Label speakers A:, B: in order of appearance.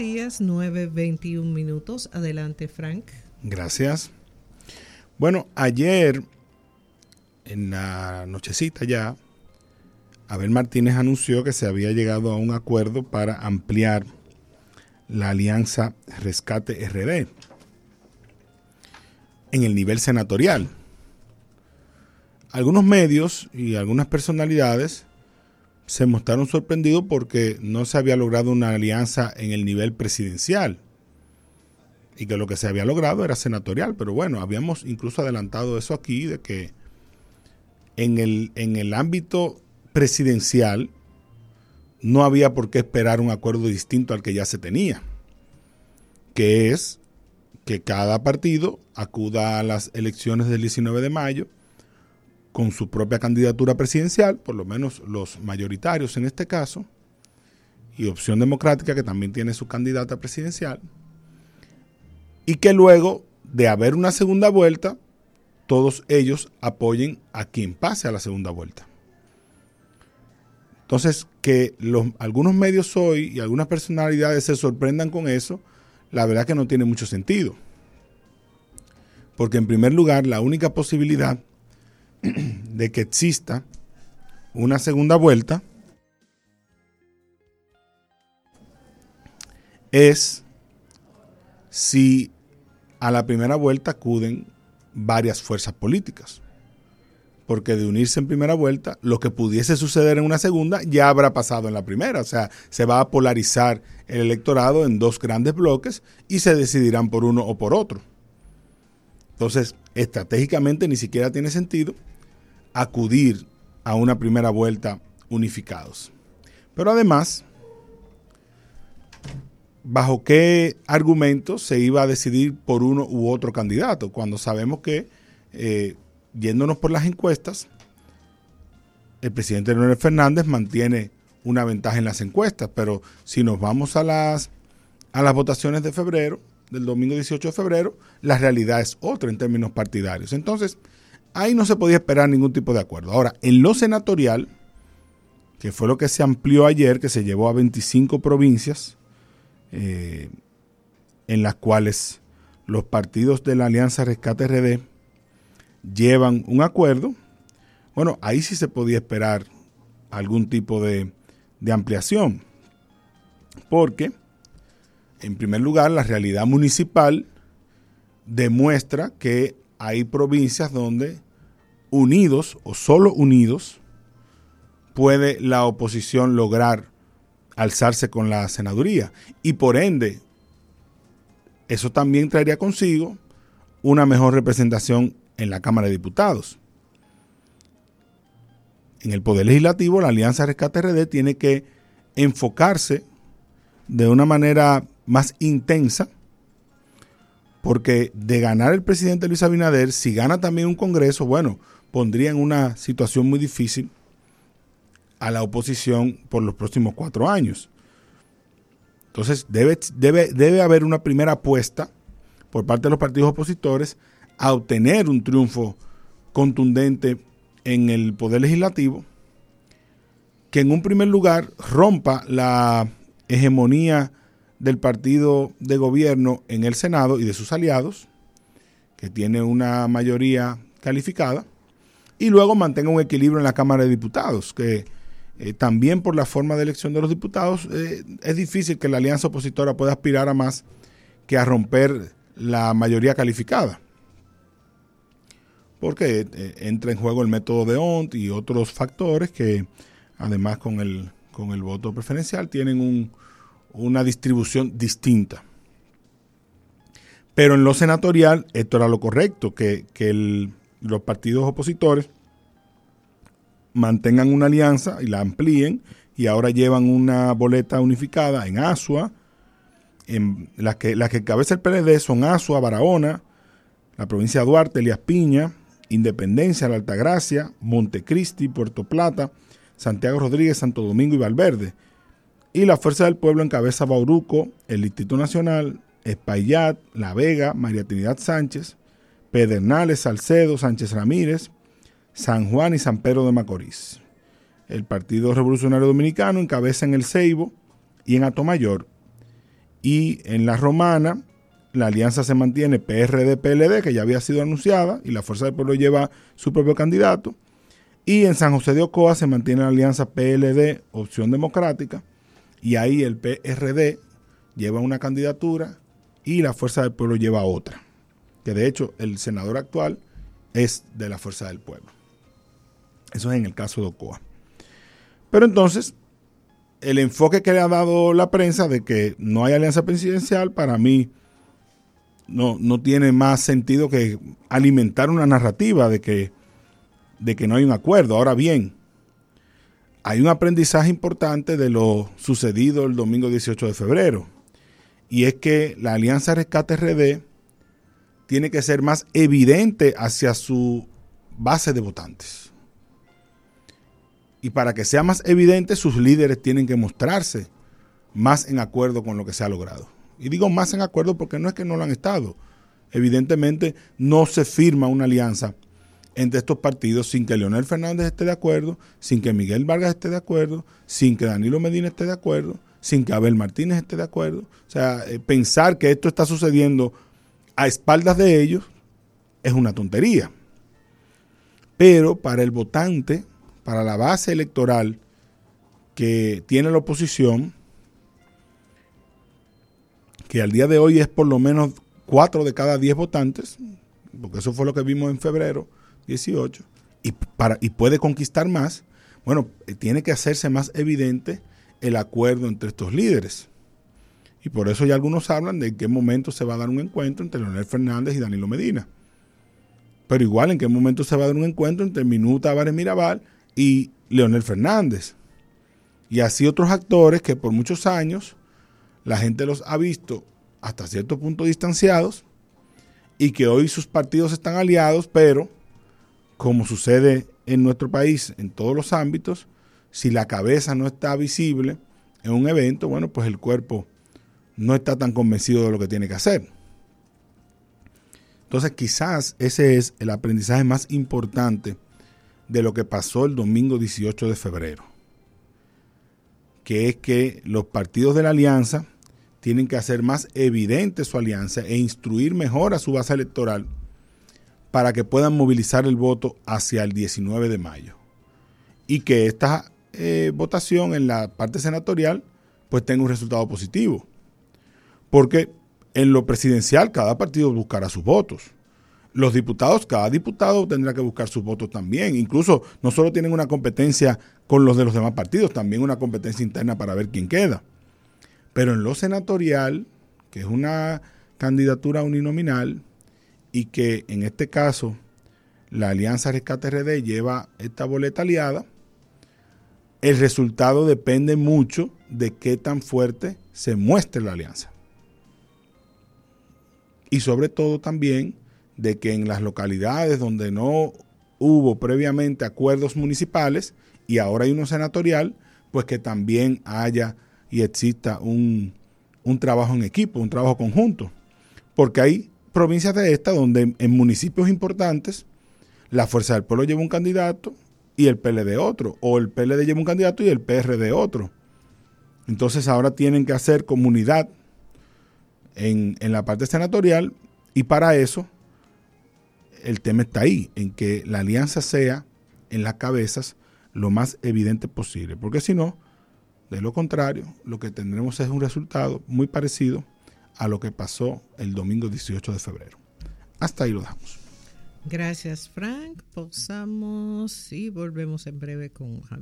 A: días, 9:21. Adelante, Frank.
B: Gracias. Bueno, ayer, en la nochecita ya, Abel Martínez anunció que se había llegado a un acuerdo para ampliar la alianza Rescate RD en el nivel senatorial. Algunos medios y algunas personalidades se mostraron sorprendidos porque no se había logrado una alianza en el nivel presidencial y que lo que se había logrado era senatorial. Pero bueno, habíamos incluso adelantado eso aquí, de que en el ámbito presidencial no había por qué esperar un acuerdo distinto al que ya se tenía, que es que cada partido acuda a las elecciones del 19 de mayo con su propia candidatura presidencial, por lo menos los mayoritarios en este caso, y Opción Democrática, que también tiene su candidata presidencial, y que luego de haber una segunda vuelta, todos ellos apoyen a quien pase a la segunda vuelta. Entonces, que algunos medios hoy y algunas personalidades se sorprendan con eso, la verdad que no tiene mucho sentido. Porque en primer lugar, la única posibilidad de que exista una segunda vuelta es si a la primera vuelta acuden varias fuerzas políticas. Porque de unirse en primera vuelta, lo que pudiese suceder en una segunda ya habrá pasado en la primera. O sea, se va a polarizar el electorado en dos grandes bloques y se decidirán por uno o por otro. Entonces, estratégicamente ni siquiera tiene sentido acudir a una primera vuelta unificados. Pero además, ¿bajo qué argumentos se iba a decidir por uno u otro candidato? Cuando sabemos que yéndonos por las encuestas, el presidente Leonel Fernández mantiene una ventaja en las encuestas, pero si nos vamos a las votaciones de febrero, del domingo 18 de febrero, la realidad es otra en términos partidarios. Entonces, ahí no se podía esperar ningún tipo de acuerdo. Ahora, en lo senatorial, que fue lo que se amplió ayer, que se llevó a 25 provincias, en las cuales los partidos de la Alianza Rescate RD llevan un acuerdo, bueno, ahí sí se podía esperar algún tipo de ampliación, porque en primer lugar la realidad municipal demuestra que hay provincias donde unidos o solo unidos puede la oposición lograr alzarse con la senaduría, y por ende eso también traería consigo una mejor representación en la Cámara de Diputados. En el Poder Legislativo, la Alianza Rescate RD tiene que enfocarse de una manera más intensa, porque de ganar el presidente Luis Abinader, si gana también un Congreso, bueno, pondría en una situación muy difícil a la oposición por los próximos 4 años. Entonces debe haber una primera apuesta por parte de los partidos opositores a obtener un triunfo contundente en el Poder Legislativo, que en un primer lugar rompa la hegemonía del partido de gobierno en el Senado y de sus aliados, que tiene una mayoría calificada, y luego mantenga un equilibrio en la Cámara de Diputados, que también por la forma de elección de los diputados es difícil que la alianza opositora pueda aspirar a más que a romper la mayoría calificada, porque entra en juego el método de D'Hondt y otros factores que además con el voto preferencial tienen una distribución distinta. Pero en lo senatorial esto era lo correcto, que los partidos opositores mantengan una alianza y la amplíen, y ahora llevan una boleta unificada en Azua. En las que encabeza el PLD son Azua, Barahona, la provincia de Duarte, Elías Piña, Independencia, La Altagracia, Montecristi, Puerto Plata, Santiago Rodríguez, Santo Domingo y Valverde. Y la Fuerza del Pueblo encabeza Bauruco, el Distrito Nacional, Espaillat, La Vega, María Trinidad Sánchez, Pedernales, Salcedo, Sánchez Ramírez, San Juan y San Pedro de Macorís. El Partido Revolucionario Dominicano encabeza en El Ceibo y en Atomayor. Y en la Romana, la alianza se mantiene PRD-PLD, que ya había sido anunciada, y la Fuerza del Pueblo lleva su propio candidato. Y en San José de Ocoa se mantiene la alianza PLD, Opción Democrática, y ahí el PRD lleva una candidatura y la Fuerza del Pueblo lleva otra. Que de hecho el senador actual es de la Fuerza del Pueblo. Eso es en el caso de Ocoa. Pero entonces, el enfoque que le ha dado la prensa de que no hay alianza presidencial, para mí no tiene más sentido que alimentar una narrativa de que no hay un acuerdo. Ahora bien, hay un aprendizaje importante de lo sucedido el domingo 18 de febrero. Y es que la Alianza Rescate RD tiene que ser más evidente hacia su base de votantes. Y para que sea más evidente, sus líderes tienen que mostrarse más en acuerdo con lo que se ha logrado. Y digo más en acuerdo porque no es que no lo han estado. Evidentemente no se firma una alianza entre estos partidos sin que Leonel Fernández esté de acuerdo, sin que Miguel Vargas esté de acuerdo, sin que Danilo Medina esté de acuerdo, sin que Abel Martínez esté de acuerdo. O sea, pensar que esto está sucediendo a espaldas de ellos es una tontería. Pero para el votante, para la base electoral que tiene la oposición, que al día de hoy es por lo menos 4 de cada 10 votantes, porque eso fue lo que vimos en febrero 18, y puede conquistar más, bueno, tiene que hacerse más evidente el acuerdo entre estos líderes. Y por eso ya algunos hablan de en qué momento se va a dar un encuentro entre Leonel Fernández y Danilo Medina. Pero igual, en qué momento se va a dar un encuentro entre Minú Tavares Mirabal y Leonel Fernández. Y así otros actores que por muchos años la gente los ha visto hasta cierto punto distanciados y que hoy sus partidos están aliados, pero como sucede en nuestro país en todos los ámbitos, si la cabeza no está visible en un evento, bueno, pues el cuerpo no está tan convencido de lo que tiene que hacer. Entonces quizás ese es el aprendizaje más importante de lo que pasó el domingo 18 de febrero, que es que los partidos de la alianza tienen que hacer más evidente su alianza e instruir mejor a su base electoral para que puedan movilizar el voto hacia el 19 de mayo. Y que esta votación en la parte senatorial pues tenga un resultado positivo. Porque en lo presidencial cada partido buscará sus votos. Los diputados, cada diputado tendrá que buscar sus votos también. Incluso no solo tienen una competencia con los de los demás partidos, también una competencia interna para ver quién queda. Pero en lo senatorial, que es una candidatura uninominal y que en este caso la Alianza Rescate RD lleva esta boleta aliada, el resultado depende mucho de qué tan fuerte se muestre la alianza. Y sobre todo también de que en las localidades donde no hubo previamente acuerdos municipales y ahora hay uno senatorial, pues que también haya y exista un trabajo en equipo, un trabajo conjunto. Porque hay provincias de esta donde en municipios importantes la Fuerza del Pueblo lleva un candidato y el PLD otro, o el PLD lleva un candidato y el PRD otro. Entonces ahora tienen que hacer comunidad en la parte senatorial y para eso el tema está ahí, en que la alianza sea en las cabezas lo más evidente posible, porque si no, de lo contrario, lo que tendremos es un resultado muy parecido a lo que pasó el domingo 18 de febrero. Hasta ahí lo dejamos.
A: Gracias, Frank. Pausamos y volvemos en breve con Javier.